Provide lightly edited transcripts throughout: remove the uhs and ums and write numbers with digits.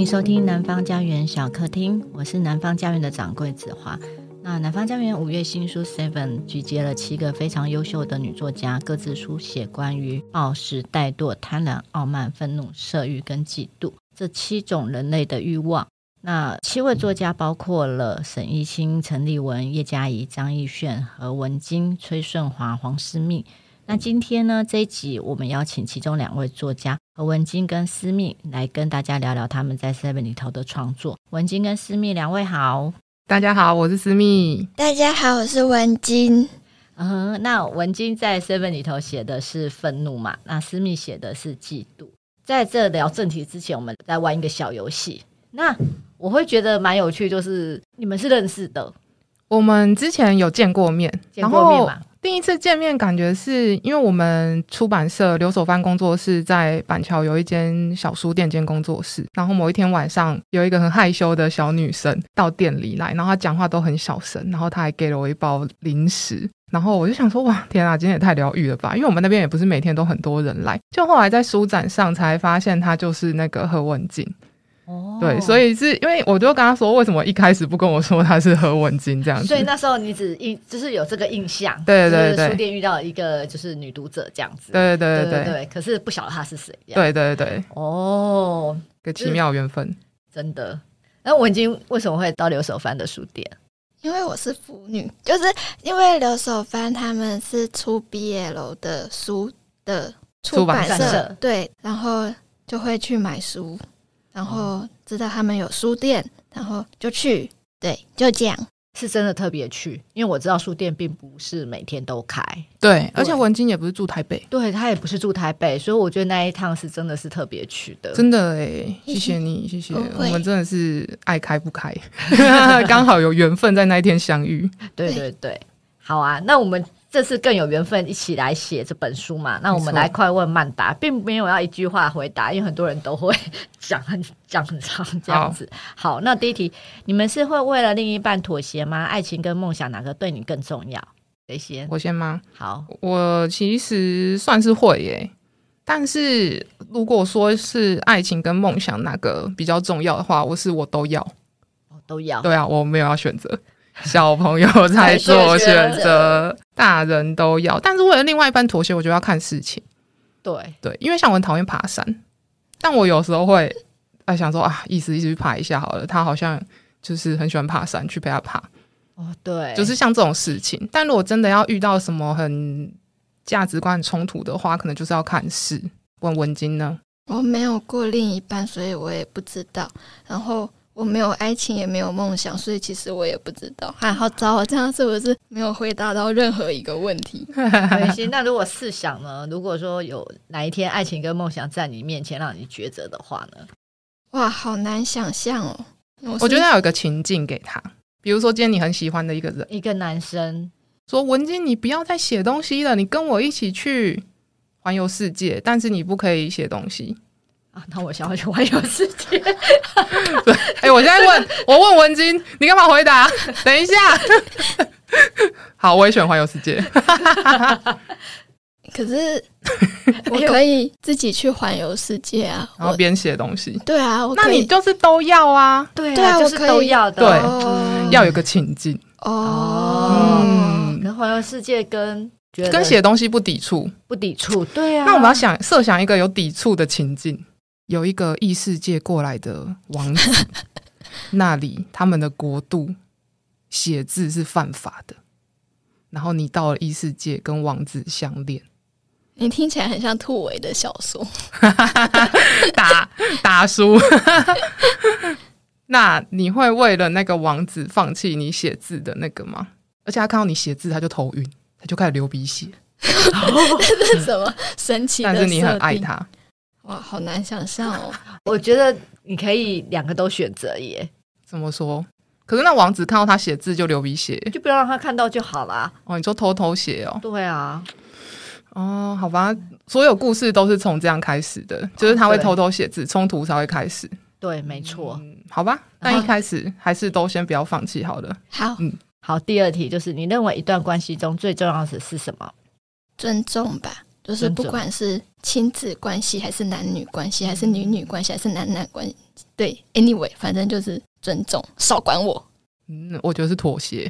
迎收听南方家园小客厅，我是南方家园的掌柜子华。那南方家园5月新书 Seven 集结了7个非常优秀的女作家，各自书写关于暴食、怠惰、贪婪、傲慢、愤怒、色欲跟嫉妒这7种人类的欲望。那7位作家包括了沈一清、陈立文、叶嘉仪、张亦絢、何文金、崔顺华、黄思密。那今天呢，这一集我们邀请其中2位作家何文金跟思密来跟大家聊聊他们在 Seven 里头的创作。文金跟思密2位好。 大家好，我是思密。 大家好，我是文金。 那文金在 Seven 里头写的是愤怒嘛，那思密写的是嫉妒。在这聊正题之前，我们再玩一个小游戏。那我会觉得蛮有趣，就是你们是认识的， 我们之前有见过面， 见过面嘛？ 第一次见面感觉是因为我们出版社刘守藩工作室在板桥有一间小书店兼工作室，然后某一天晚上有一个很害羞的小女生到店里来，然后她讲话都很小声，然后她还给了我一包零食，然后我就想说哇天啊，今天也太疗愈了吧，因为我们那边也不是每天都很多人来，就后来在书展上才发现她就是那个何文金。对，所以是因为我就跟他说为什么一开始不跟我说他是何文金这样子， 所以那时候你就是有这个印象， 对对对， 就是书店遇到一个就是女读者这样子， 对对 对对，可是不晓得她是谁， 对对对， 哦， 个奇妙缘分， 真的。那文金为什么会到刘守藩的书店？ 因为我是腐女，就是因为刘守藩他们是出 BL 的书的出版社，对，然后就会去买书，然后知道他们有书店，然后就去，对，就这样。 是真的特别去，因为我知道书店并不是每天都开， 对，而且文金也不是住台北， 对，他也不是住台北，所以我觉得那一趟是真的是特别去的， 真的耶，谢谢你，谢谢，我们真的是爱开不开，刚好有缘分在那一天相遇， 对对对，好啊，那我们这次更有缘分一起来写这本书嘛，那我们来快问慢答，并没有要一句话回答，因为很多人都会讲很长这样子。好，那第一题，你们是会为了另一半妥协吗？爱情跟梦想哪个对你更重要？谁先？ 我先吗？ 好， 我其实算是会耶，但是如果说是爱情跟梦想哪个比较重要的话，我都要， 都要。 对啊，我没有要选择。小朋友才做选择，大人都要，但是为了另外一半妥协，我觉得要看事情。 对， 因为像我很讨厌爬山，但我有时候会想说啊，意思去爬一下好了。他好像就是很喜欢爬山，去陪他爬。 哦，对， 就是像这种事情。但如果真的要遇到什么很价值观冲突的话，可能就是要看事。问文金呢？ 我没有过另一半，所以我也不知道。然后我没有爱情也没有梦想，所以其实我也不知道。好糟，我这样是不是没有回答到任何一个问题？ 没关系，那如果试想呢？如果说有哪一天爱情跟梦想在你面前让你抉择的话呢？ 哇，好难想象哦。 我觉得要有一个情境给他，比如说今天你很喜欢的一个人， 一个男生说文金你不要再写东西了，你跟我一起去环游世界，但是你不可以写东西啊，那我想要去环游世界。 我现在我问文金，你干嘛回答？等一下，好，我也选环游世界。 可是我可以自己去环游世界啊， 然后边写东西。 对啊， 那你就是都要啊。 对啊，就是都要的。 对，要有个情境。 跟环游世界跟写东西不抵触， 对啊。 那我们要设想一个有抵触的情境。有一个异世界过来的王子，那里他们的国度写字是犯法的，然后你到了异世界跟王子相恋， 你听起来很像兔尾的小说。 打书。那你会为了那个王子放弃你写字的那个吗？而且他看到你写字他就头晕，他就开始流鼻血。 这是什么神奇的设定？ 但是你很爱他。 哇，好难想象哦。 我觉得你可以2个都选择耶。 怎么说？可是那王子看到他写字就流鼻血， 就不要让他看到就好啦。 哦，你说偷偷写哦？ 对啊。 哦，好吧，所有故事都是从这样开始的，就是他会偷偷写字，冲突才会开始。 对，没错。 好吧，那一开始还是都先不要放弃好了。 好， 好，第2题就是你认为一段关系中最重要的是什么？ 尊重吧。 就是不管是亲子关系还是男女关系还是女女关系还是男男关系，对 anyway 反正就是尊重，少管我。 我觉得是妥协。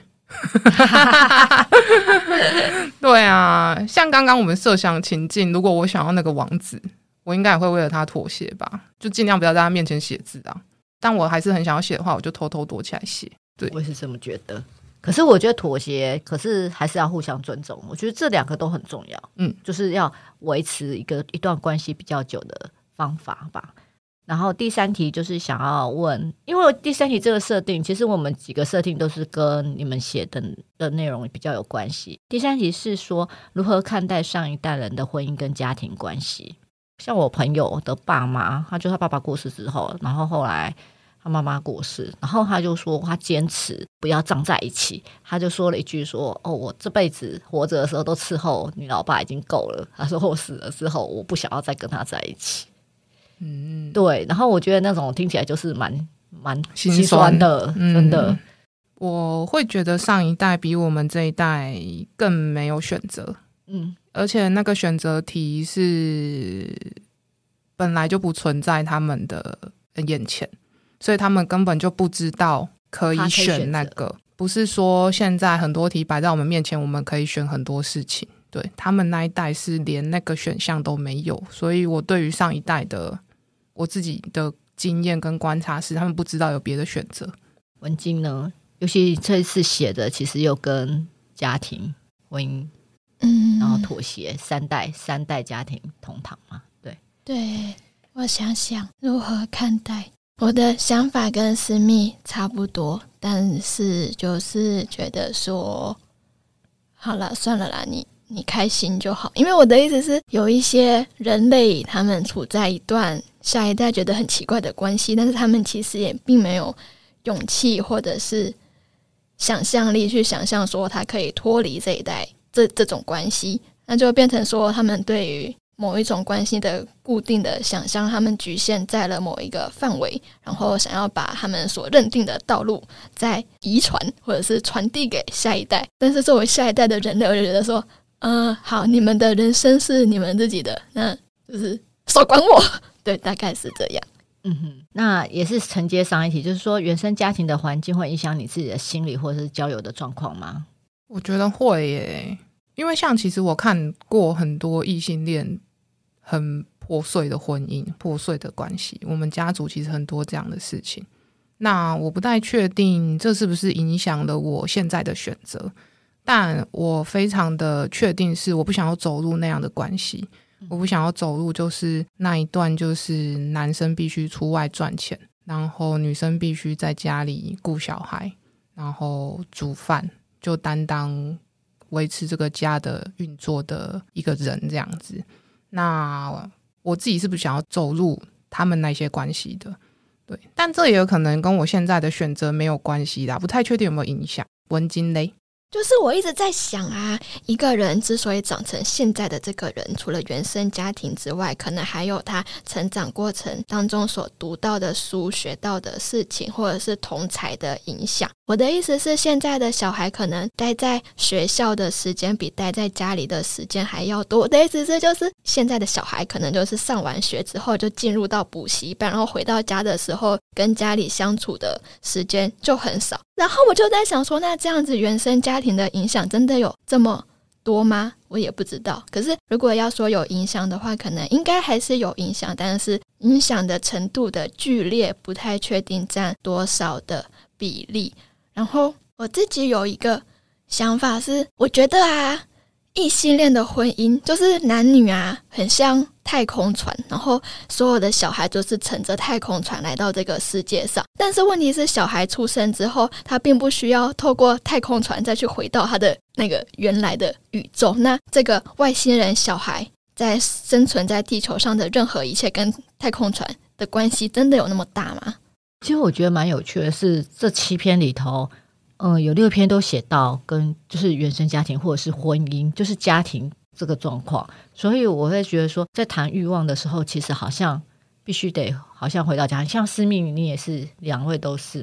对啊，像刚刚我们设想情境，如果我想要那个王子，我应该也会为了他妥协吧，就尽量不要在他面前写字啊。但我还是很想要写的话，我就偷偷躲起来写。对， 我也是这么觉得。可是我觉得妥协，可是还是要互相尊重。我觉得这两个都很重要。就是要维持一段关系比较久的方法吧。然后第三题就是想要问，因为第三题这个设定，其实我们几个设定都是跟你们写的内容比较有关系。第三题是说如何看待上一代人的婚姻跟家庭关系。像我朋友的爸妈，他爸爸过世之后，然后后来他妈妈过世，然后他就说他坚持不要葬在一起。他就说了一句说，我这辈子活着的时候都伺候你老爸已经够了，他说我死了之后我不想要再跟他在一起。对，然后我觉得那种听起来就是蛮心酸的，真的。 我会觉得上一代比我们这一代更没有选择，而且那个选择题是本来就不存在他们的眼前，所以他们根本就不知道可以选那个。不是说现在很多题摆在我们面前，我们可以选很多事情。对，他们那一代是连那个选项都没有，所以我对于上一代的我自己的经验跟观察是他们不知道有别的选择。 文晶呢，尤其这一次写的其实又跟家庭婚姻然后妥协三代家庭同堂嘛。 对，我想想如何看待。我的想法跟思密差不多，但是就是觉得说好了算了啦，你开心就好。因为我的意思是有一些人类他们处在一段下一代觉得很奇怪的关系，但是他们其实也并没有勇气或者是想象力去想象说他可以脱离这一代这种关系，那就变成说他们对于某一种关系的固定的想象，他们局限在了某一个范围，然后想要把他们所认定的道路再遗传或者是传递给下一代。但是作为下一代的人类，我就觉得说好，你们的人生是你们自己的，那就是少管我。对，大概是这样。 那也是承接上一题，就是说原生家庭的环境会影响你自己的心理或者是交友的状况吗？ 我觉得会耶，因为像其实我看过很多异性恋很破碎的婚姻、破碎的关系，我们家族其实很多这样的事情。那我不太确定这是不是影响了我现在的选择，但我非常的确定是我不想要走入那样的关系。我不想要走入就是那一段就是男生必须出外赚钱，然后女生必须在家里顾小孩，然后煮饭，就担当维持这个家的运作的一个人这样子。那我自己是不想要走入他们那些关系的，对，但这也有可能跟我现在的选择没有关系啦，不太确定有没有影响。文金嘞， 就是我一直在想啊，一个人之所以长成现在的这个人，除了原生家庭之外，可能还有他成长过程当中所读到的书、学到的事情，或者是同侪的影响。我的意思是，现在的小孩可能待在学校的时间比待在家里的时间还要多。我的意思是，就是现在的小孩可能就是上完学之后就进入到补习班，然后回到家的时候跟家里相处的时间就很少。然后我就在想说，那这样子原生家庭的影响真的有这么多吗？我也不知道。可是如果要说有影响的话，可能应该还是有影响，但是影响的程度的剧烈不太确定占多少的比例。然后我自己有一个想法是，我觉得啊，异性恋的婚姻就是男女啊很像太空船，然后所有的小孩都是乘着太空船来到这个世界上。但是问题是，小孩出生之后他并不需要透过太空船再去回到他的那个原来的宇宙。那这个外星人小孩在生存在地球上的任何一切跟太空船的关系真的有那么大吗？ 其实我觉得蛮有趣的是，这7篇里头有6篇都写到跟就是原生家庭或者是婚姻，就是家庭这个状况。所以我会觉得说，在谈欲望的时候，其实好像必须得好像回到家庭。像思密你也是，2位都是嘛，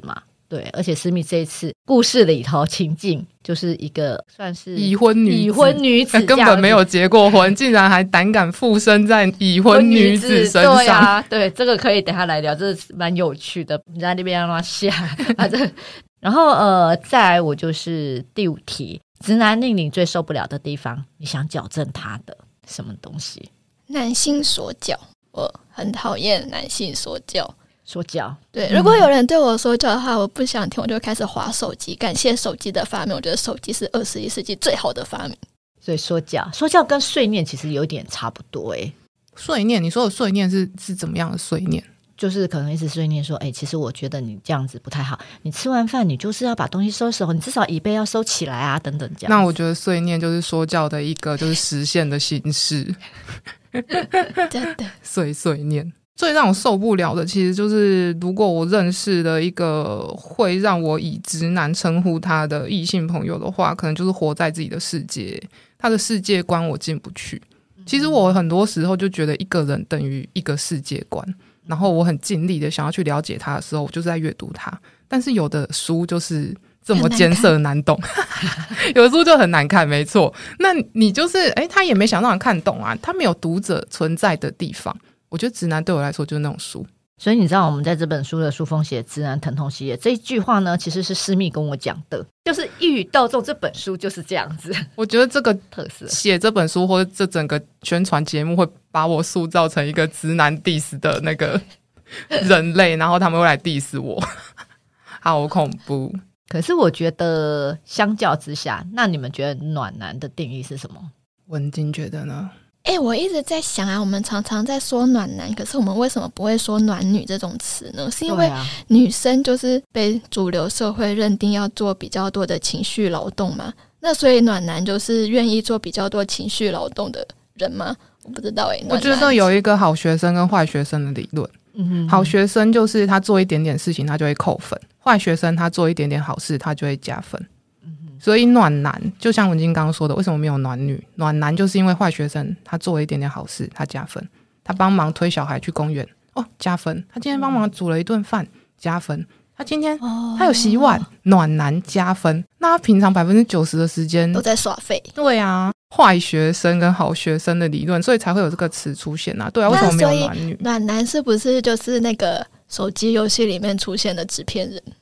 对，而且思密这一次故事里头情境就是一个算是已婚女子根本没有结过婚，竟然还胆敢附身在已婚女子身上。 对啊，对，这个可以等下来聊，这是蛮有趣的，你在那边让他下然后再来我就是第5题，直男令你最受不了的地方，你想矫正他的什么东西？ 男性说教，我很讨厌男性说教。 说教， 对，如果有人对我说教的话，我不想听，我就开始滑手机。感谢手机的发明，我觉得手机是21世纪最好的发明。 所以说教跟碎念其实有点差不多欸。 碎念，你说的碎念是怎么样的碎念？ 就是可能一直碎念说，其实我觉得你这样子不太好，你吃完饭你就是要把东西收拾好，你至少椅背要收起来啊，等等这样。 那我觉得碎念就是说教的一个就是实现的形式。 真的碎念最让我受不了的，其实就是如果我认识了一个会让我以直男称呼他的异性朋友的话，可能就是活在自己的世界，他的世界观我进不去。其实我很多时候就觉得一个人等于一个世界观，然后我很尽力的想要去了解他的时候，我就是在阅读他。但是有的书就是这么艰涩难懂，有的书就很难看，没错。那你就是他也没想让人看懂啊，他没有读者存在的地方。我觉得直男对我来说就是那种书。 所以你知道我们在这本书的书封写直男疼痛系列这一句话呢，其实是思密跟我讲的，就是一语道中，这本书就是这样子。 我觉得这个特色写这本书或者这整个宣传节目会把我塑造成一个直男 diss 的那个人类，然后他们会来 diss 我，好恐怖。 可是我觉得相较之下，那你们觉得暖男的定义是什么？ 文晶觉得呢？ 我一直在想啊，我们常常在说暖男，可是我们为什么不会说暖女这种词呢？是因为女生就是被主流社会认定要做比较多的情绪劳动嘛？那所以暖男就是愿意做比较多情绪劳动的人吗？我不知道我觉得有一个好学生跟坏学生的理论。好学生就是他做一点点事情他就会扣分，坏学生他做一点点好事他就会加分。所以暖男就像文晶刚刚说的，为什么没有暖女？暖男就是因为坏学生他做了一点点好事他加分，他帮忙推小孩去公园加分，他今天帮忙煮了一顿饭加分，他今天他有洗碗暖男加分。那他平常90%的时间都在耍废。 对啊，坏学生跟好学生的理论，所以才会有这个词出现啊。对啊，为什么没有暖女？ 暖男是不是就是那个手机游戏里面出现的纸片人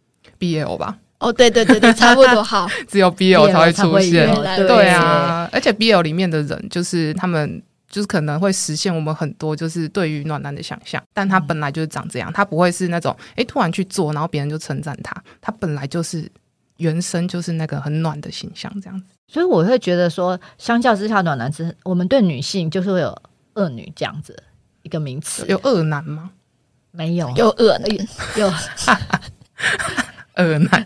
BL 吧？ 对对对对，差不多。好， 只有 BL 才会出现。对啊， 而且 BL 里面的人就是他们就是可能会实现我们很多就是对于暖男的想象，但他本来就是长这样，他不会是那种突然去做然后别人就称赞他，他本来就是原生就是那个很暖的形象这样子。 所以我会觉得说相较之下暖男我们对女性就是会有恶女这样子一个名词。 有恶男吗？ 没有， 有恶男有恶男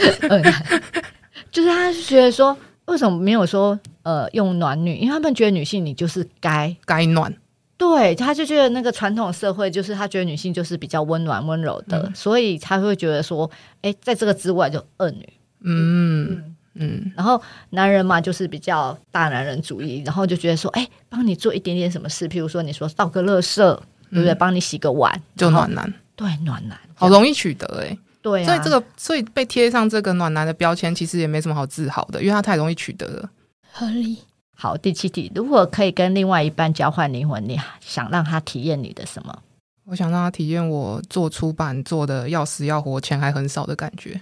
就是他觉得说为什么没有说用暖女，因为他们觉得女性你就是该暖。 对，他就觉得那个传统社会就是他觉得女性就是比较温暖温柔的，所以他会觉得说在这个之外就恶女。然后男人嘛就是比较大男人主义，然后就觉得说帮你做一点点什么事，譬如说你说倒个垃圾对不对，帮你洗个碗就暖男。 对，暖男好容易取得对啊， 所以被贴上这个暖男的标签其实也没什么好自豪的，因为它太容易取得了。 合理。 好，第7题，如果可以跟另外一半交换灵魂，你想让他体验你的什么？ 我想让他体验我做出版做的要死要活钱还很少的感觉。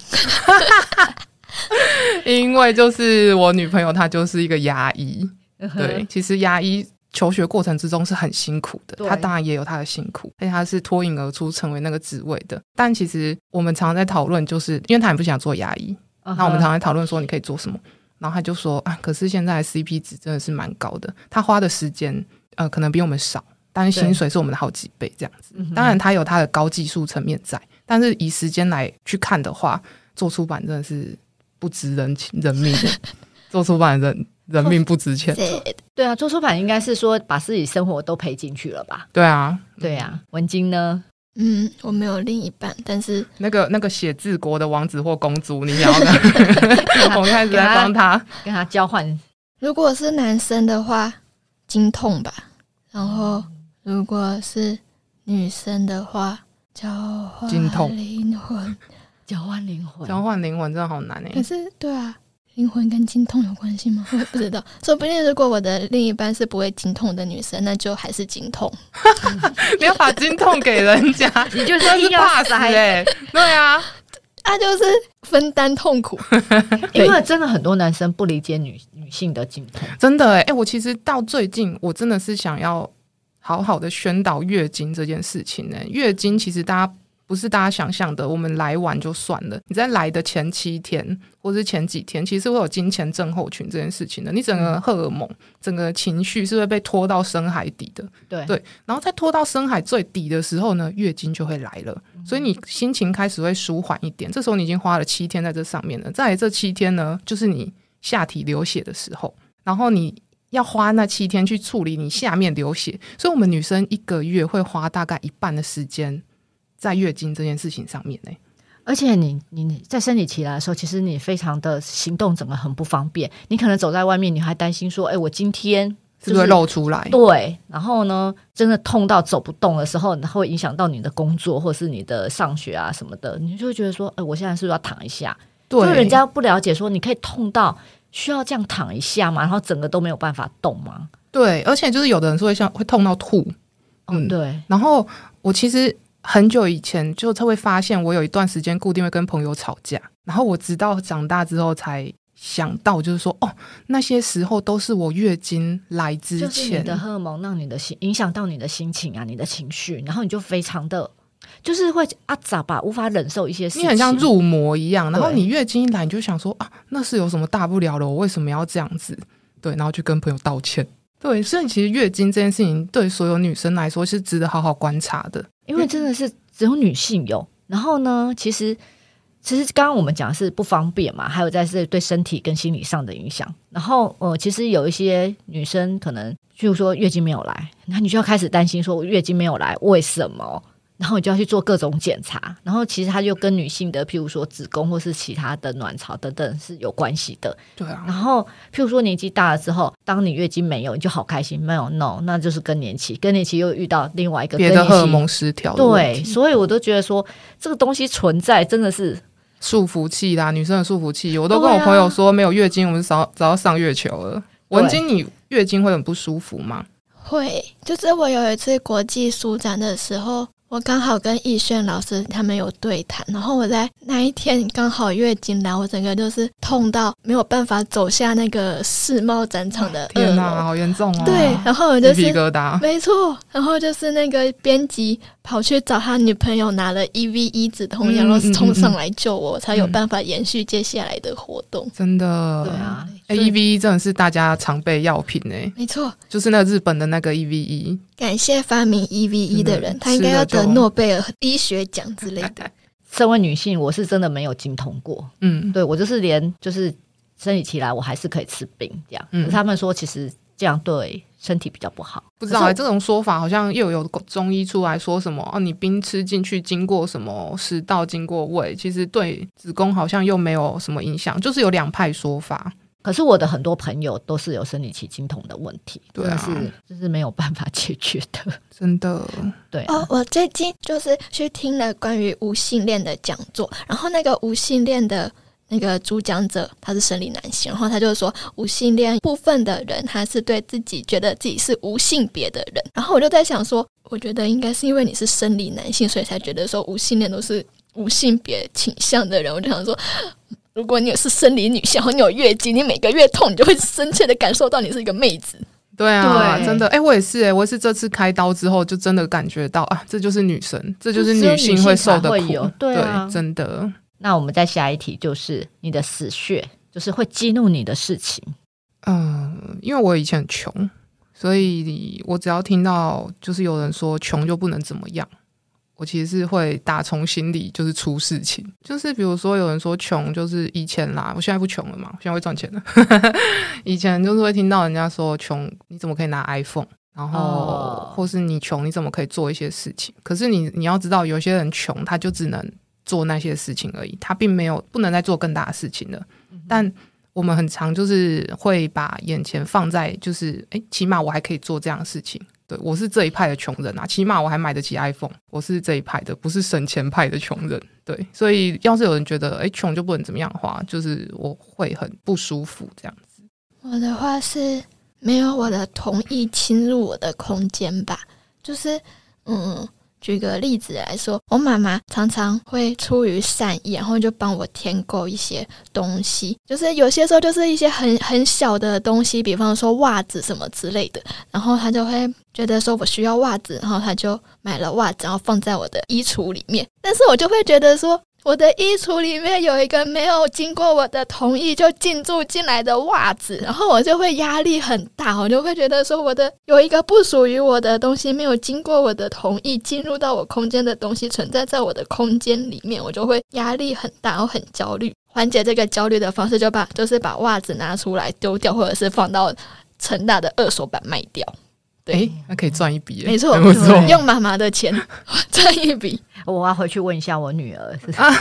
因为就是我女朋友她就是一个牙医。对，其实牙医求学过程之中是很辛苦的，他当然也有他的辛苦，而且他是脱颖而出成为那个职位的。但其实我们常常在讨论，就是因为他也不想做牙医，那我们常常讨论说你可以做什么，然后他就说可是现在的 CP 值真的是蛮高的，他花的时间可能比我们少，但是薪水是我们的好几倍这样子。当然他有他的高技术层面在，但是以时间来去看的话，做出版真的是不值人命的。做出版人命不值钱。 对啊，做出版应该是说把自己生活都赔进去了吧？ 对啊， 对啊。文晶呢？ 我没有另一半，但是那个写治国的王子或公主，你想要我们开始在帮他跟他交换。 如果是男生的话，经痛吧。然后如果是女生的话，交换经痛灵魂。 交换灵魂， 交换灵魂真的好难可是对啊，灵魂跟经痛有关系吗？我也不知道，说不定如果我的另一半是不会经痛的女生，那就还是经痛。 你要把经痛给人家， 你就是真是怕死对啊， 他就是分担痛苦。 因为真的很多男生不理解女性的经痛， 真的我其实到最近我真的是想要好好的宣导月经这件事情月经其实不是大家想象的我们来完就算了，你在来的前7天或是前几天其实会有经前症候群这件事情的，你整个荷尔蒙整个情绪是会被拖到深海底的，对，然后在拖到深海最底的时候呢，月经就会来了，所以你心情开始会舒缓一点，这时候你已经花了7天在这上面了，再来这7天呢就是你下体流血的时候，然后你要花那7天去处理你下面流血，所以我们女生1个月会花大概1半的时间在月经这件事情上面而且你在生理期来的时候，其实你非常的行动整个很不方便，你可能走在外面你还担心说我今天是不是会露出来， 对，然后呢真的痛到走不动的时候，然后会影响到你的工作或是你的上学啊什么的，你就会觉得说我现在是不是要躺一下，对，就人家不了解说你可以痛到需要这样躺一下嘛，然后整个都没有办法动嘛， 对，而且就是有的人是会痛到吐， 对， 然后我其实很久以前就会发现我有一段时间固定会跟朋友吵架，然后我直到长大之后才想到就是说那些时候都是我月经来之前， 就是你的荷尔蒙让你的影响到你的心情啊，你的情绪，然后你就非常的就是会杂吧，无法忍受一些事情， 你很像入魔一样，然后你月经一来你就想说那是有什么大不了的，我为什么要这样子，对，然后去跟朋友道歉，对，所以其实月经这件事情对所有女生来说是值得好好观察的， 因为真的是只有女性有，然后呢其实刚刚我们讲的是不方便嘛，还有在是对身体跟心理上的影响，然后其实有一些女生可能譬如说月经没有来，那你就要开始担心说我月经没有来为什么，然后你就要去做各种检查，然后其实它就跟女性的譬如说子宫或是其他的卵巢等等是有关系的， 对啊， 然后譬如说年纪大了之后，当你月经没有你就好开心，没有 no 那就是更年期又遇到另外一个别的荷尔蒙失调的问题， 对，所以我都觉得说这个东西存在真的是束缚器啦，女生的束缚器，我都跟我朋友说没有月经我们早要上月球了。文晶，你月经会很不舒服吗？ 会，就是我有一次国际书展的时候，我刚好跟逸轩老师他们有对谈，然后我在那一天刚好月经来，我整个就是痛到没有办法走下那个世贸展场的2楼， 天哪，好严重哦！ 对，然后我就是鸡皮疙瘩， 没错，然后就是那个编辑跑去找他女朋友拿了 EVE 止痛药，然后冲上来救我，才有办法延续接下来的活动。 真的， 对啊 ，EVE 真的是大家常备药品没错， 就是那日本的那个 EVE。 感谢发明 EVE 的人，他应该要得诺贝尔医学奖之类的。 身为女性，我是真的没有经痛过，对，我就是连就是生理期来我还是可以吃冰这样，可是他们说其实这样对身体比较不好， 不知道这种说法好像又有中医出来说什么你冰吃进去经过什么食道经过胃，其实对子宫好像又没有什么影响，就是有2派说法。 可是我的很多朋友都是有生理期经痛的问题， 对啊， 就是没有办法解决的， 真的。 对啊， 我最近就是去听了关于无性恋的讲座，然后那个无性恋的那个主讲者他是生理男性，然后他就说无性恋部分的人他是对自己觉得自己是无性别的人，然后我就在想说，我觉得应该是因为你是生理男性，所以才觉得说无性恋都是无性别倾向的人。我就想说，如果你也是生理女性，然后你有月经，你每个月痛，你就会深切的感受到你是一个妹子。 对啊，对，真的，我也是，我也是这次开刀之后就真的感觉到这就是女生，这就是女性会受的苦， 对啊， 对，真的。 那我们再下一题就是你的死穴，就是会激怒你的事情。 因为我以前很穷，所以我只要听到就是有人说穷就不能怎么样，我其实是会打从心里就是出事情，就是比如说有人说穷就是以前啦，我现在不穷了嘛，我现在会赚钱了以前就是会听到人家说穷你怎么可以拿 iPhone， 然后或是你穷你怎么可以做一些事情，可是你要知道有些人穷他就只能做那些事情而已，他并没有不能再做更大的事情了，但我们很常就是会把眼前放在就是起码我还可以做这样的事情， 对，我是这一派的穷人啊，起码我还买得起 iPhone， 我是这一派的，不是省钱派的穷人。对，所以要是有人觉得穷就不能怎么样的话，就是我会很不舒服这样子。 我的话是没有我的同意侵入我的空间吧，就是举个例子来说，我妈妈常常会出于善意，然后就帮我添购一些东西，就是有些时候就是一些很小的东西，比方说袜子什么之类的，然后她就会觉得说我需要袜子，然后她就买了袜子，然后放在我的衣橱里面，但是我就会觉得说我的衣橱里面有一个没有经过我的同意就进驻进来的袜子，然后我就会压力很大，我就会觉得说我的有一个不属于我的东西没有经过我的同意进入到我空间的东西存在在我的空间里面，我就会压力很大，然后很焦虑。缓解这个焦虑的方式就是把袜子拿出来丢掉，或者是放到成大的二手版卖掉。对， 那可以赚一笔， 没错，用妈妈的钱赚一笔。 我要回去问一下我女儿。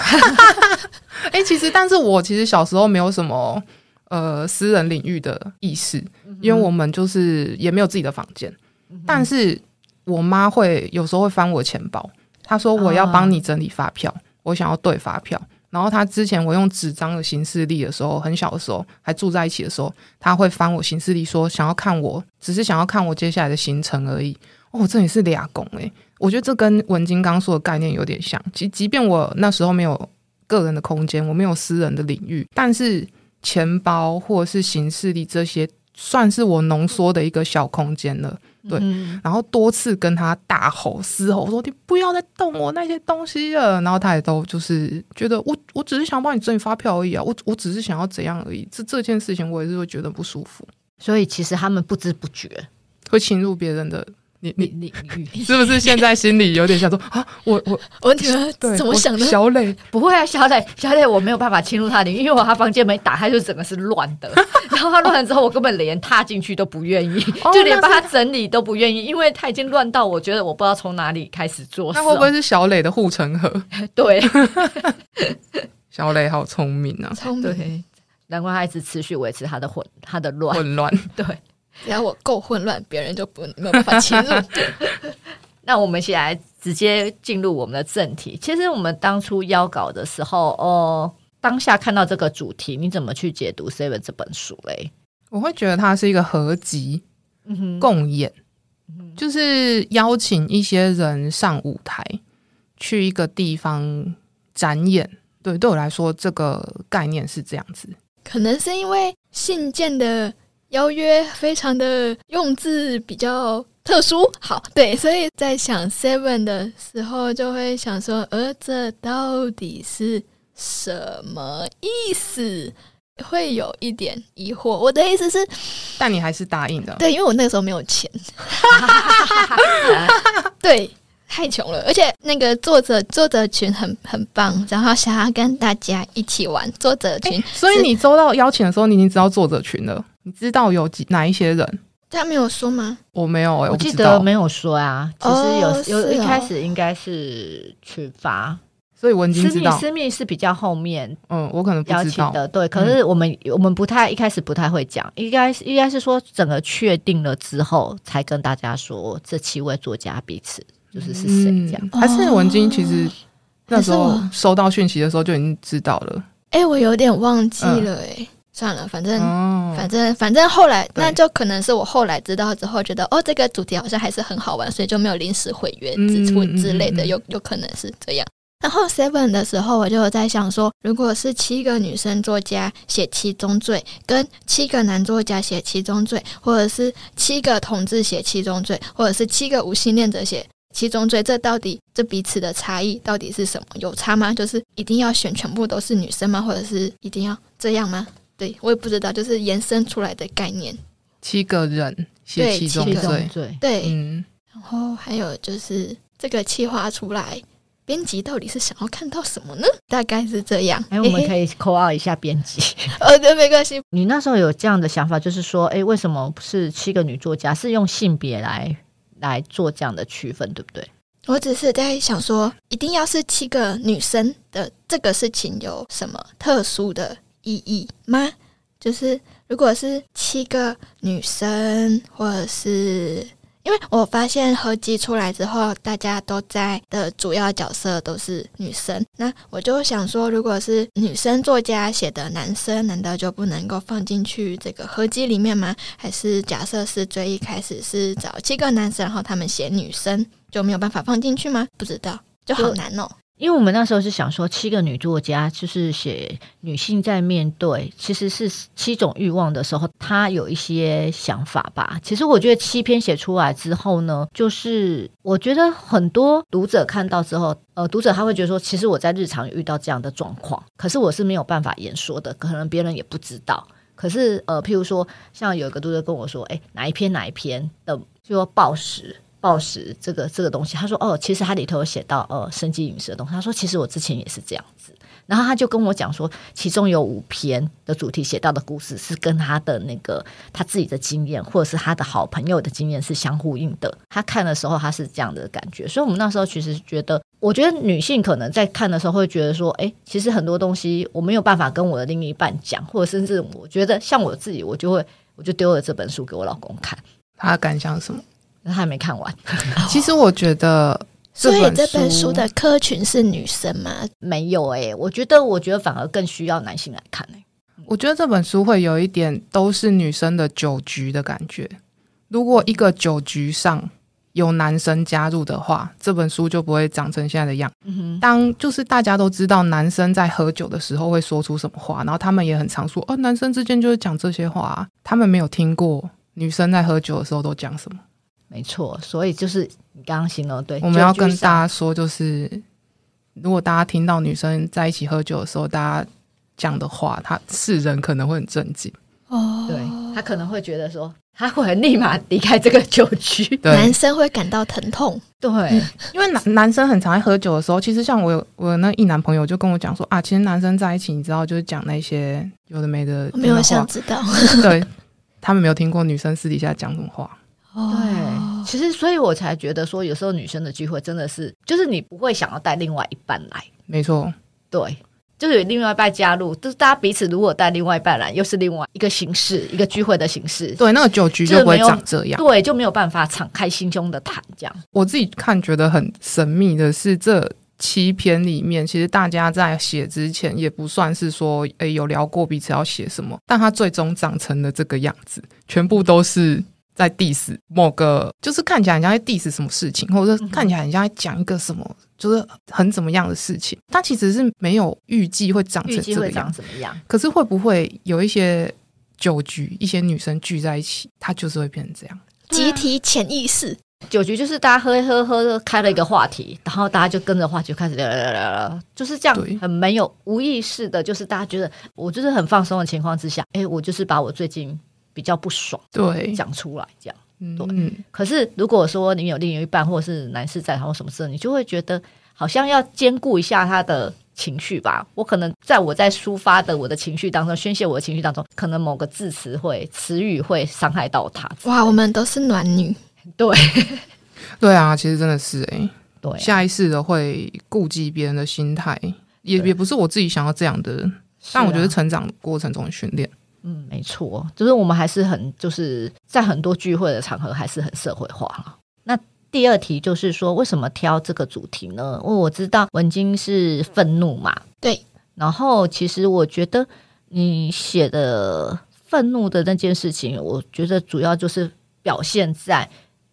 但是我其实小时候没有什么私人领域的意识，因为我们就是也没有自己的房间，但是我妈会有时候会翻我钱包，她说我要帮你整理发票，我想要对发票。然后他之前我用纸张的行事历的时候，很小的时候还住在一起的时候，他会翻我行事历说只是想要看我接下来的行程而已。这也是俩公我觉得这跟文金刚说的概念有点像。即便我那时候没有个人的空间，我没有私人的领域，但是钱包或者是行事历这些算是我浓缩的一个小空间了。对，然后多次跟他大吼嘶吼说你不要再动我那些东西了，然后他也都就是觉得我只是想帮你整理发票而已啊，我只是想要怎样而已，这件事情我也是会觉得不舒服。 所以其实他们不知不觉会侵入别人的你是不是现在心里有点想说啊？我女儿怎么想的？ 小磊不会啊，小磊我没有办法侵入他的领域，因为他房间没打开，就整个是乱的。然后他乱了之后，我根本连踏进去都不愿意，就连帮他整理都不愿意，因为他已经乱到我觉得我不知道从哪里开始做。 那会不会是小磊的护城河？ 对， 小磊好聪明啊， 聪明， 对，难怪他一直持续维持他的混乱。对。 只要我够混乱，别人就没有办法侵入。 那我们一起来直接进入我们的正题。其实我们当初邀稿的时候，当下看到这个主题，你怎么去解读 Seven 这本书嘞？ 我会觉得它是一个合集，共演，就是邀请一些人上舞台，去一个地方展演。对我来说，这个概念是这样子。 可能是因为信件的邀约非常的用字比较特殊，好，对，所以在想 Seven 的时候就会想说这到底是什么意思，会有一点疑惑。我的意思是， 但你还是答应的。 对，因为我那个时候没有钱。对，太穷了，而且那个作者群很棒，然后想要跟大家一起玩作者群。 所以你收到邀请的时候，你已经知道作者群了，你知道有哪一些人？ 他没有说吗？ 我没有我记得没有说啊。其实有一开始应该是群发， 所以文金知道。 私密是比较后面， 我可能不知道邀请的，对。可是我们一开始不太会讲，应该是说整个确定了之后，才跟大家说这7位作家彼此就是谁这样。 还是文金其实那时候收到讯息的时候就已经知道了。 我有点忘记了算了，反正后来那就可能是我后来知道之后觉得这个主题好像还是很好玩，所以就没有临时毁约之类的，有可能是这样。然后 Seven 的时候我就有在想说，如果是7个女生作家写七宗罪，跟7个男作家写七宗罪，或者是7个同志写七宗罪，或者是7个无性恋者写七宗罪，这彼此的差异到底是什么？有差吗？就是一定要选全部都是女生吗？或者是一定要这样吗？对，我也不知道，就是延伸出来的概念。 7个人写七宗罪， 对，然后还有就是这个企划出来，编辑到底是想要看到什么呢？大概是这样。 我们可以 call out 一下编辑。 对，没关系。 你那时候有这样的想法，就是说，为什么是7个女作家？是用性别来做这样的区分，对不对？ 我只是在想说，一定要是7个女生的这个事情有什么特殊的意义吗？就是如果是7个女生，或者是因为我发现合集出来之后，大家都在的主要角色都是女生，那我就想说，如果是女生作家写的男生，难道就不能够放进去这个合集里面吗？还是假设是最一开始是找7个男生，然后他们写女生，就没有办法放进去吗？不知道，就好难哦。 因为我们那时候是想说7个女作家就是写女性在面对其实是7种欲望的时候，她有一些想法吧。其实我觉得7篇写出来之后呢，就是我觉得很多读者看到之后，读者他会觉得说，其实我在日常遇到这样的状况，可是我是没有办法言说的，可能别人也不知道。可是譬如说像有一个读者跟我说，哪一篇的就说暴食这个东西，他说其实他里头有写到生机饮食的东西，他说其实我之前也是这样子，然后他就跟我讲说，其中有5篇的主题写到的故事是跟他的那个他自己的经验或者是他的好朋友的经验是相呼应的，他看的时候他是这样的感觉。所以我们那时候其实觉得，我觉得女性可能在看的时候会觉得说，其实很多东西我没有办法跟我的另一半讲，或者甚至我觉得像我自己，我就丢了这本书给我老公看， 他的感想是什么？ 他还没看完。 其实我觉得所以这本书的客群是女生吗？ 没有我觉得反而更需要男性来看我觉得这本书会有一点都是女生的酒局的感觉。如果一个酒局上有男生加入的话，这本书就不会长成现在的样。当就是大家都知道男生在喝酒的时候会说出什么话，然后他们也很常说男生之间就是讲这些话他们没有听过女生在喝酒的时候都讲什么。 没错，所以就是你刚刚形容对， 我们要跟大家说，就是如果大家听到女生在一起喝酒的时候大家讲的话，世人可能会很震惊。 对，他可能会觉得说他会立马离开这个酒局， 男生会感到疼痛。 对， 因为男生很常在喝酒的时候，其实像我有那一男朋友就跟我讲说其实男生在一起你知道就是讲那些有的没的， 我没有想知道。 对，他们没有听过女生私底下讲什么话。 对，其实所以我才觉得说有时候女生的聚会真的是就是你不会想要带另外一半来。 没错， 对，就是有另外一半加入，就是大家彼此如果带另外一半来又是另外一个形式，一个聚会的形式。 对，那个酒局就不会长这样。 对，就没有办法敞开心胸的谈这样。 我自己看觉得很神秘的是这7篇里面，其实大家在写之前也不算是说有聊过彼此要写什么，但它最终长成了这个样子，全部都是在 diss 某个，就是看起来很像在 diss 什么事情，或者是看起来很像在讲一个什么就是很怎么样的事情，它其实是没有预计会长成这个样子。可是会不会有一些酒局一些女生聚在一起，它就是会变成这样集体潜意识。 酒局就是大家喝开了一个话题，然后大家就跟着话题开始聊，就是这样，很没有无意识的，就是大家觉得我就是很放松的情况之下，我就是把我最近比较不爽对讲出来这样。对，可是如果说你有另一半或者是男士在场或什么事，你就会觉得好像要兼顾一下他的情绪吧。我可能在抒发的我的情绪当中，宣泄我的情绪当中，可能某个词语会伤害到他。 哇，我们都是暖女。 对对啊，其实真的是对下意识的会顾及别人的心态，也不是我自己想要这样的，但我觉得成长过程中的训练。 没错，就是我们还是很就是在很多聚会的场合还是很社会化了。那第二题就是说为什么挑这个主题呢？因为我知道文晶是愤怒嘛， 对， 然后其实我觉得你写的愤怒的那件事情，我觉得主要就是表现在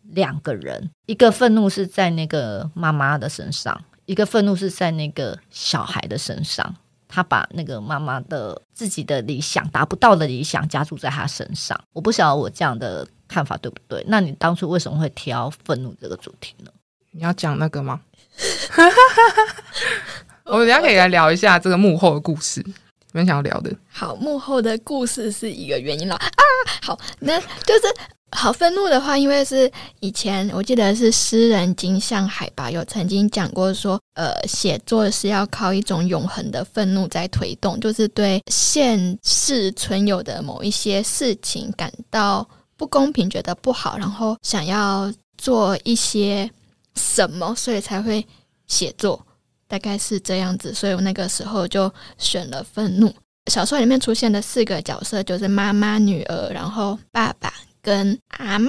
2个人，一个愤怒是在那个妈妈的身上，一个愤怒是在那个小孩的身上，他把那个妈妈的自己的理想达不到的理想加注在他身上。我不晓得我这样的看法对不对？那你当初为什么会挑愤怒这个主题呢？ 你要讲那个吗？我们等一下可以来聊一下这个幕后的故事，你们想要聊的。 好，幕后的故事是一个原因了好，那就是好愤怒的话，因为是以前我记得是诗人金向海吧，有曾经讲过说写作是要靠一种永恒的愤怒在推动，就是对现世存有的某一些事情感到不公平，觉得不好，然后想要做一些什么，所以才会写作，大概是这样子。所以我那个时候就选了愤怒。小说里面出现的4个角色就是妈妈、女儿，然后爸爸跟阿嬷，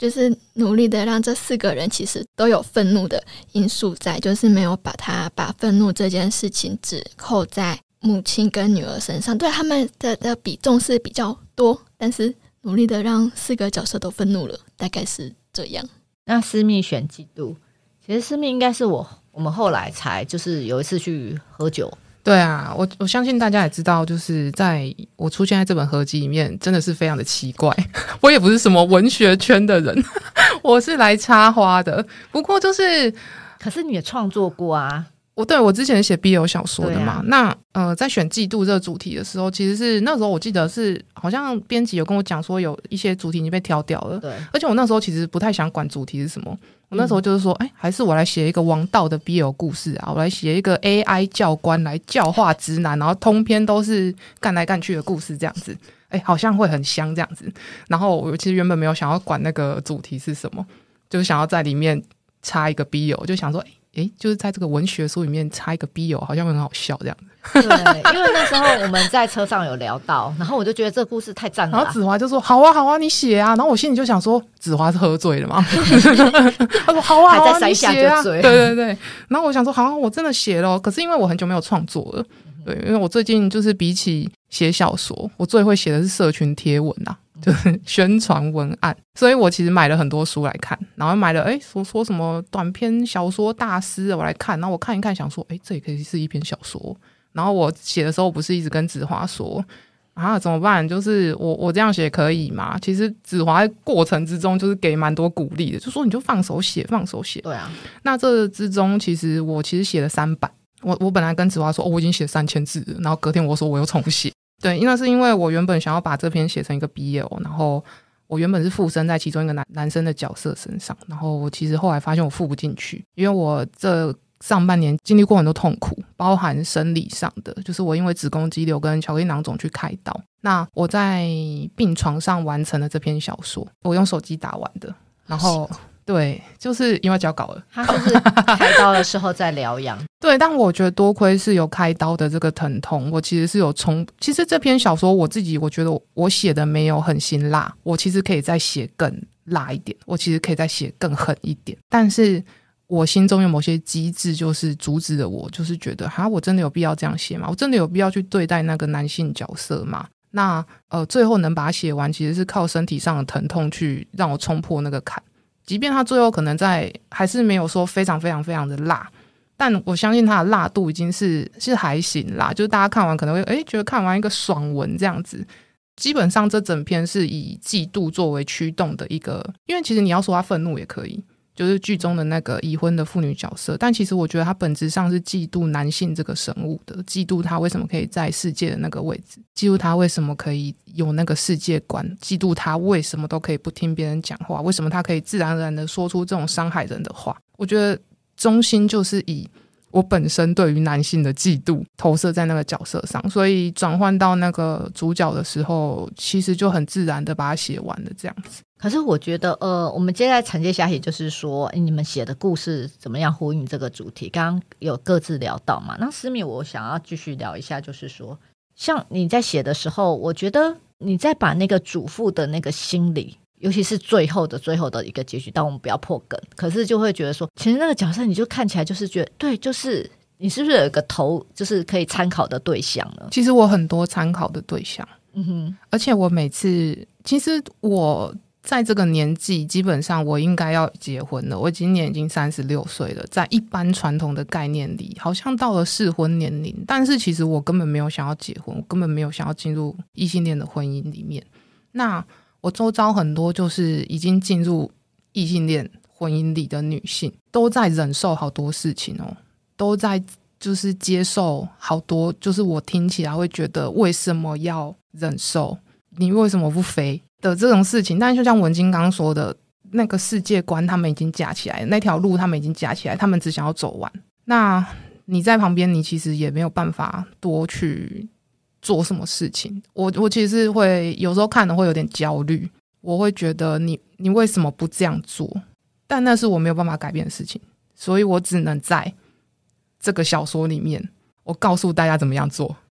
就是努力的让这4个人其实都有愤怒的因素在，就是没有把愤怒这件事情只扣在母亲跟女儿身上，对他们的比重是比较多，但是努力的让4个角色都愤怒了，大概是这样。 那思密选嫉妒，其实思密应该是我们后来才就是有一次去喝酒。 对啊，我相信大家也知道，就是在我出现在这本合集里面真的是非常的奇怪，我也不是什么文学圈的人我是来插花的，不过就是可是你也创作过啊。 我之前写 BL 小说的嘛，那在选嫉妒这个主题的时候，其实是那时候我记得是好像编辑有跟我讲说有一些主题已经被挑掉了，对，而且我那时候其实不太想管主题是什么，我那时候就是说还是我来写一个王道的 BL 故事啊，我来写一个 AI 教官来教化直男，然后通篇都是干来干去的故事这样子，好像会很香这样子。然后我其实原本没有想要管那个主题是什么，就是想要在里面插一个 BL， 就想说就是在这个文学书里面插一个 BL 好像会很好笑这样子。 对，因为那时候我们在车上有聊到，然后我就觉得这个故事太赞了， 然后子华就说好啊好啊你写啊，然后我心里就想说子华是喝醉了吗他说好啊好啊还在山下就醉， 对对对，然后我想说好啊我真的写了，可是因为我很久没有创作了，对，因为我最近就是比起写小说，我最会写的是社群贴文啊，就是宣传文案，所以我其实买了很多书来看，然后买了说什么短篇小说大师我来看，然后我看一看想说这也可以是一篇小说，然后我写的时候不是一直跟子华说怎么办，就是我这样写可以吗？其实子华在过程之中就是给蛮多鼓励的，就说你就放手写放手写。 对啊， 那这之中其实我写了3版，我本来跟子华说我已经写3000字了，然后隔天我说我又重写。对，那是因为我原本想要把这篇写成一个 BL， 然后我原本是附身在其中一个男生的角色身上，然后我其实后来发现我附不进去，因为我这上半年经历过很多痛苦，包含生理上的，就是我因为子宫肌瘤跟巧克力囊肿去开刀，那我在病床上完成了这篇小说，我用手机打完的，然后对，就是因为交稿了， 他就是开刀的时候在疗养对，但我觉得多亏是有开刀的这个疼痛，我其实是有其实这篇小说我觉得我写的没有很辛辣，我其实可以再写更辣一点，我其实可以再写更狠一点，但是我心中有某些机制就是阻止了我，就是觉得我真的有必要这样写吗？我真的有必要去对待那个男性角色吗？那最后能把它写完其实是靠身体上的疼痛去让我冲破那个坎，即便他最后可能还是没有说非常非常非常的辣，但我相信他的辣度已经是还行啦，就是大家看完可能会觉得看完一个爽文这样子。基本上这整篇是以嫉妒作为驱动的一个，因为其实你要说他愤怒也可以，就是剧中的那个已婚的妇女角色，但其实我觉得他本质上是嫉妒男性这个生物的，嫉妒他为什么可以在世界的那个位置，嫉妒他为什么可以有那个世界观，嫉妒他为什么都可以不听别人讲话，为什么他可以自然而然的说出这种伤害人的话。我觉得中心就是以我本身对于男性的嫉妒投射在那个角色上，所以转换到那个主角的时候其实就很自然的把它写完了这样子。 可是我觉得我们接下来承接下去就是说你们写的故事怎么样呼应这个主题，刚刚有各自聊到嘛，那思密我想要继续聊一下，就是说像你在写的时候，我觉得你在把那个主妇的那个心理，尤其是最后的一个结局，但我们不要破梗，可是就会觉得说其实那个角色你就看起来就是觉得对，就是你是不是有一个头就是可以参考的对象呢？ 其实我很多参考的对象，而且我每次其实我在这个年纪基本上我应该要结婚了，我今年已经36岁了，在一般传统的概念里好像到了适婚年龄，但是其实我根本没有想要结婚，我根本没有想要进入异性恋的婚姻里面。那我周遭很多就是已经进入异性恋婚姻里的女性都在忍受好多事情都在就是接受好多，就是我听起来会觉得为什么要忍受，你为什么不飞的这种事情。但是就像文金刚说的，那个世界观他们已经架起来，那条路他们已经架起来，他们只想要走完。那你在旁边你其实也没有办法多去做什么事情。我其实会有时候看了会有点焦虑，我会觉得你为什么不这样做，但那是我没有办法改变的事情，所以我只能在这个小说里面我告诉大家怎么样做。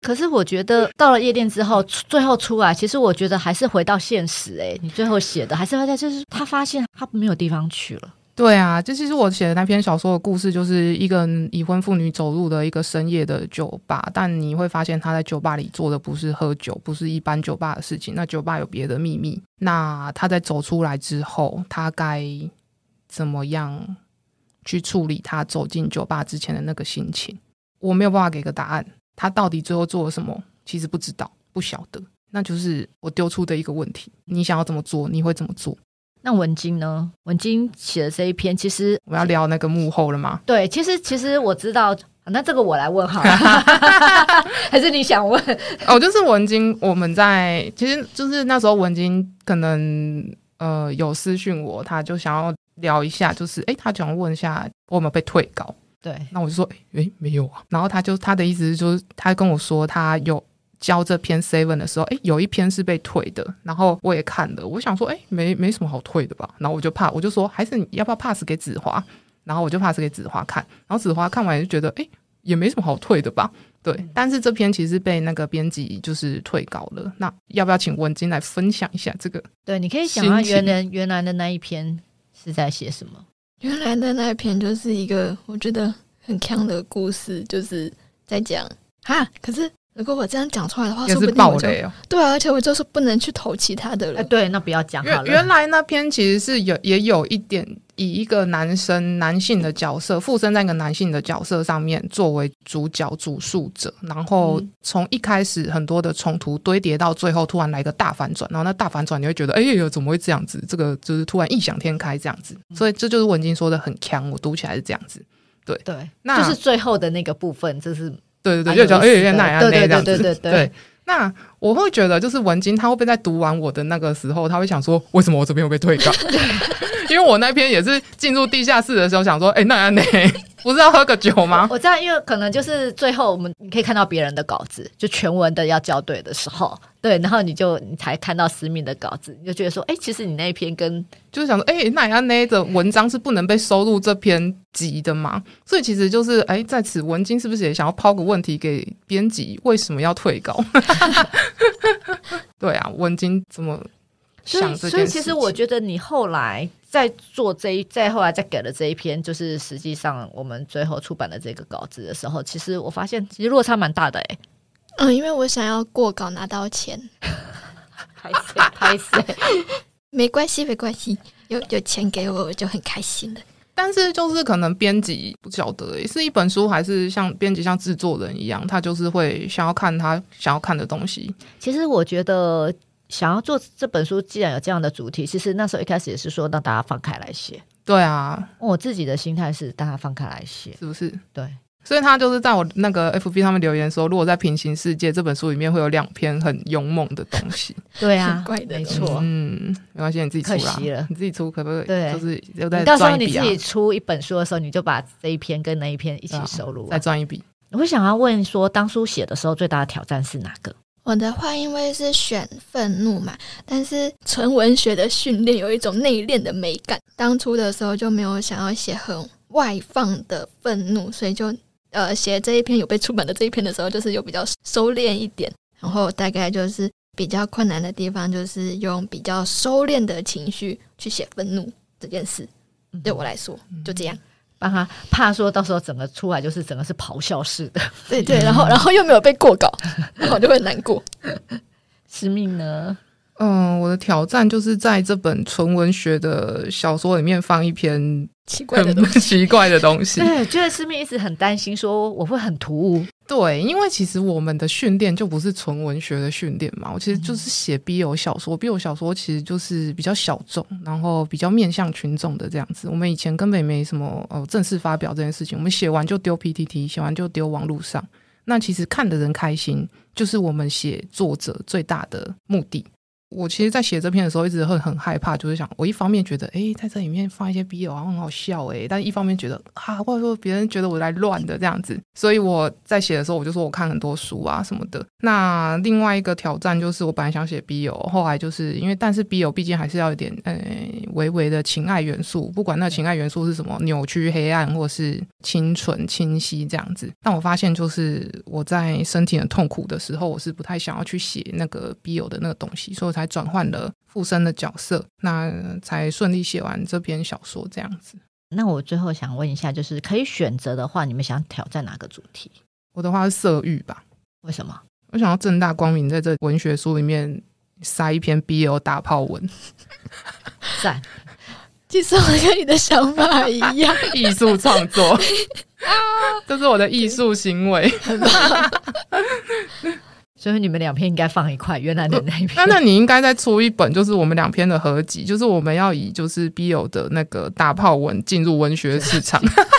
可是我觉得到了夜店之后，最后出来，其实我觉得还是回到现实。你最后写的还是会在，就是他发现他没有地方去了。 对啊，这其实我写的那篇小说的故事，就是一个已婚妇女走入了一个深夜的酒吧，但你会发现她在酒吧里做的不是喝酒，不是一般酒吧的事情，那酒吧有别的秘密。那她在走出来之后，她该怎么样去处理她走进酒吧之前的那个心情？我没有办法给个答案，她到底最后做了什么，其实不知道，不晓得，那就是我丢出的一个问题。你想要怎么做，你会怎么做？ 那文晶呢？文晶写的这一篇，其实我们要聊那个幕后了吗？ 对，其实我知道，那这个我来问好了，还是你想问？ 就是文晶，我们在其实就是那时候文晶可能有私讯我，他就想要聊一下，就是他想问一下我有没有被退稿。 对， 那我就说没有啊。然后他的意思就是他跟我说他有交这篇 7 的时候，有一篇是被退的，然后我也看了，我想说没什么好退的吧，然后我就说还是你要不要 pass 给子华，然后我就 pass 给子华看，然后子华看完就觉得也没什么好退的吧，对，但是这篇其实被那个编辑就是退稿了。那要不要请文晶来分享一下这个？ 对，你可以讲到原来的那一篇是在写什么？ 原来的那一篇就是一个我觉得很鏘的故事，就是在讲可是如果我这样讲出来的话， 也是爆雷哦。 对啊，而且我就是不能去投其他的了。 对，那不要讲好了。 原来那篇其实是也有一点以一个男性的角色附身在一个男性的角色上面作为主角主述者，然后从一开始很多的冲突堆叠到最后突然来一个大反转，然后那大反转你会觉得怎么会这样子，这个就是突然异想天开这样子，所以这就是文晶说的很鏘，我读起来是这样子。对， 那就是最后的那个部分，就是对，就讲原来这样子。 对。 那我会觉得就是文晶他会不会在读完我的那个时候，他会想说为什么我这边会被退稿？因为我那篇也是进入地下室的时候想说那不是要喝个酒吗？ 我知道，因为可能就是最后你可以看到别人的稿子，就全文的要校对的时候，对，然后你才看到私密的稿子，你就觉得说其实你那一篇跟就是想说那的文章是不能被收入这篇集的嘛，所以其实就是在此文晶是不是也想要抛个问题给编辑，为什么要退稿？对啊，文晶怎么想这件事情？ 所以其实我觉得你后来在做再后来再给了这一篇，就是实际上我们最后出版的这个稿子的时候，其实我发现其实落差蛮大的因为我想要过稿拿到钱。 拍谁没关系，有钱给我就很开心了。 但是就是可能编辑不晓得是一本书还是像编辑像制作人一样，他就是会想要看他想要看的东西。 其实我觉得想要做这本书既然有这样的主题，其实那时候一开始也是说让大家放开来写。 对啊， 我自己的心态是大家放开来写， 是不是？ 对， 所以他就是在我那个 FB 上面留言说，如果在平行世界这本书里面会有2篇很勇猛的东西。 对啊，怪的， 没错。 没关系，你自己出啦， 可惜了， 你自己出可不可以？ 对， 就是又再赚一笔啊。 你到时候你自己出一本书的时候，你就把这一篇跟那一篇一起收录， 再赚一笔。 我会想要问说，当初写的时候最大的挑战是哪个？ 我的话因为是选愤怒嘛，但是纯文学的训练有一种内敛的美感，当初的时候就没有想要写很外放的愤怒，所以就写这一篇有被出版的这一篇的时候，就是有比较收敛一点，然后大概就是比较困难的地方就是用比较收敛的情绪去写愤怒这件事，对我来说就这样。 帮他怕说到时候整个出来就是整个是咆哮式的， 对，然后又没有被过稿，然后就会难过。 使命呢？ 我的挑战就是在这本纯文学的小说里面放一篇奇怪的东西。 对，觉得师妹一直很担心说我会很突兀。 对，因为其实我们的训练就不是纯文学的训练嘛，我其实就是写 BL 小说，BL 小说其实就是比较小众，然后比较面向群众的这样子。我们以前根本也没什么正式发表这件事情，我们写完就丢 PTT， 写完就丢网络上。那其实看的人开心，就是我们写作者最大的目的。 我其实在写这篇的时候一直会很害怕，就是想我一方面觉得在这里面放一些 BL 好像很好笑但一方面觉得或者说别人觉得我来乱的这样子，所以我在写的时候我就说我看很多书啊什么的。那另外一个挑战就是我本来想写 BL， 后来就是因为但是 BL 毕竟还是要有点微微的情爱元素，不管那情爱元素是什么扭曲黑暗或是清纯清晰这样子。但我发现就是我在身体很痛苦的时候，我是不太想要去写那个 BL 的那个东西，所以我才转换了附身的角色，那才顺利写完这篇小说这样子。 那我最后想问一下，就是可以选择的话，你们想挑战哪个主题？ 我的话是色欲吧。 为什么？ 我想要正大光明在这文学书里面塞一篇 BL 打炮文。 赞。 其实我跟你的想法一样， 艺术创作这是我的艺术行为。 所以你们2篇应该放一块，原来的那一篇。 那你应该再出一本，就是我们2篇的合集，就是我们要以就是 BL 的那个打炮文进入文学市场。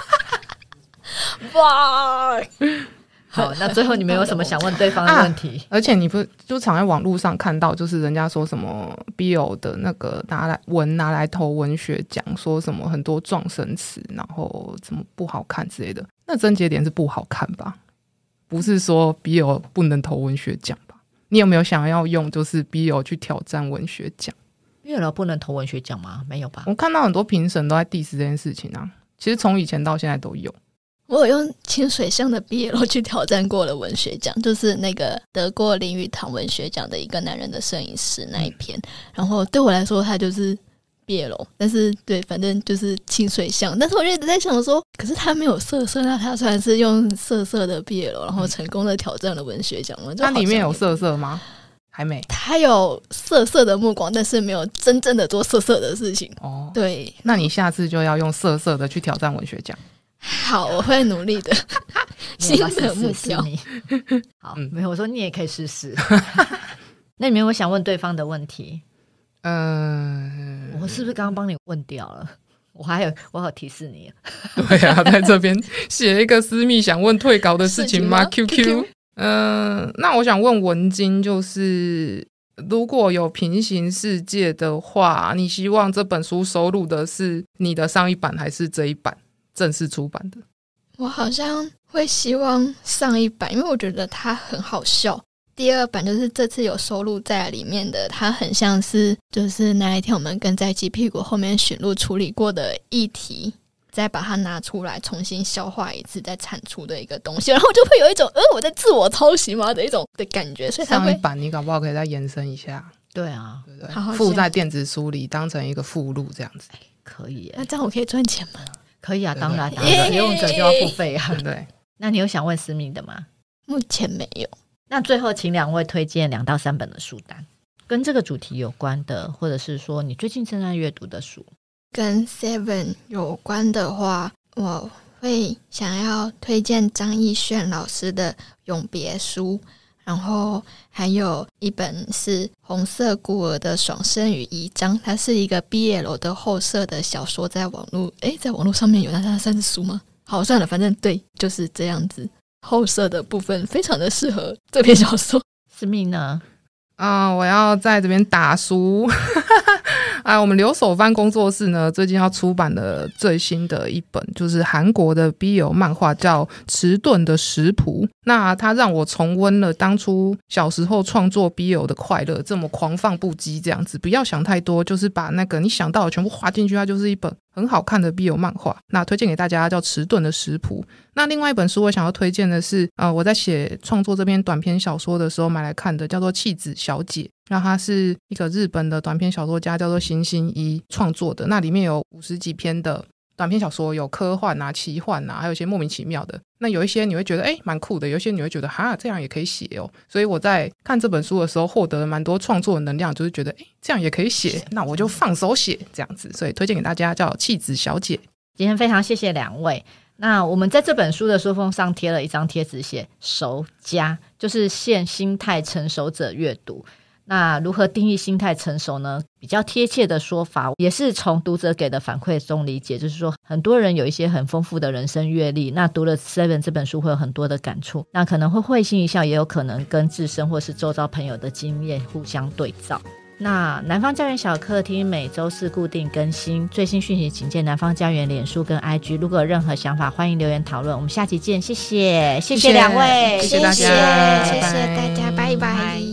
哇！ 好，那最后你们有什么想问对方的问题？ 而且你不就常在网络上看到，就是人家说什么 BL 的那个拿来投文学奖，说什么很多撞声词，然后怎么不好看之类的。那症结点是不好看吧？不是说 BL 不能投文学奖吧？你有没有想要用就是 BL 去挑战文学奖？ BL 不能投文学奖吗？没有吧？ 我看到很多评审都在 diss 这件事情啊，其实从以前到现在都有。 我有用清水巷的 BL 去挑战过了文学奖，就是那个得过林语堂文学奖的一个男人的摄影师那一篇，然后对我来说他就是BL，但是对，反正就是清水巷。但是我就一直在想说，可是他没有色色，那他虽然是用色色的 BL， 然后成功的挑战了文学奖。 它里面有色色吗？还没。他有色色的目光，但是没有真正的做色色的事情。 哦， 对， 那你下次就要用色色的去挑战文学奖。 好，我会努力的。新的目标。 好，没有，我说你也可以试试。那你们有想问对方的问题？我是不是刚刚帮你问掉了？我好提示你。 对啊，在这边写一个私密想问退稿的事情吗 ？QQ。那我想问文金，就是如果有平行世界的话，你希望这本书收录的是你的上一版还是这一版正式出版的？ 我好像会希望上一版，因为我觉得它很好笑。第二版就是这次有收录在里面的，它很像是就是那一天我们跟在鸡屁股后面选录处理过的议题，再把它拿出来重新消化一次，再产出的一个东西，然后就会有一种我在自我抄袭吗的一种的感觉。所以它会上一版你搞不好可以再延伸一下。 对啊， 对不对？附在电子书里当成一个附录这样子。 可以耶。 那这样我可以赚钱吗？ 可以啊，当然使用者就要付费啊。 对。 那你有想问私密的吗？ 目前没有。 那最后请2位推荐2到3本的书单，跟这个主题有关的，或者是说你最近正在阅读的书。 跟 Seven 有关的话，我会想要推荐张亦絢老师的《永别书》，然后还有一本是红色孤儿的爽身与遗章，它是一个 BL 的后设的小说，在网络上面有，它算是书吗？好，算了，反正对，就是这样子。后设的部分非常的适合这篇小说。 私密呢？ 我要在这边打书。我们留守番工作室呢，最近要出版的最新的一本就是韩国的 BL 漫画，叫《迟钝的食谱》。那它让我重温了当初小时候创作 BL 的快乐，这么狂放不羁这样子，不要想太多，就是把那个你想到的全部画进去，它就是一本很好看的 BL 漫画。那推荐给大家叫《迟钝的食谱》。那另外一本书我想要推荐的是我在写创作这篇短篇小说的时候买来看的，叫做《弃子小姐》。那它是一个日本的短篇小说家叫做新星一创作的，那里面有50几篇的短篇小说，有科幻啊、奇幻啊，还有一些莫名其妙的。那有一些你会觉得蛮酷的，有一些你会觉得这样也可以写哦。所以我在看这本书的时候获得了蛮多创作的能量，就是觉得这样也可以写，那我就放手写这样子。所以推荐给大家叫弃子小姐。 今天非常谢谢2位。那我们在这本书的书封上贴了一张贴纸，写熟家，就是限心态成熟者阅读。那如何定义心态成熟呢？比较贴切的说法也是从读者给的反馈中理解，就是说很多人有一些很丰富的人生阅历，那读了 Seven 这本书会有很多的感触，那可能会会心一笑，也有可能跟自身或是周遭朋友的经验互相对照。 那南方家园小客厅每周四固定更新，最新讯息请见南方家园脸书跟 IG。如果有任何想法，欢迎留言讨论。我们下期见，谢谢两位， 谢谢大家， 谢谢大家，拜拜。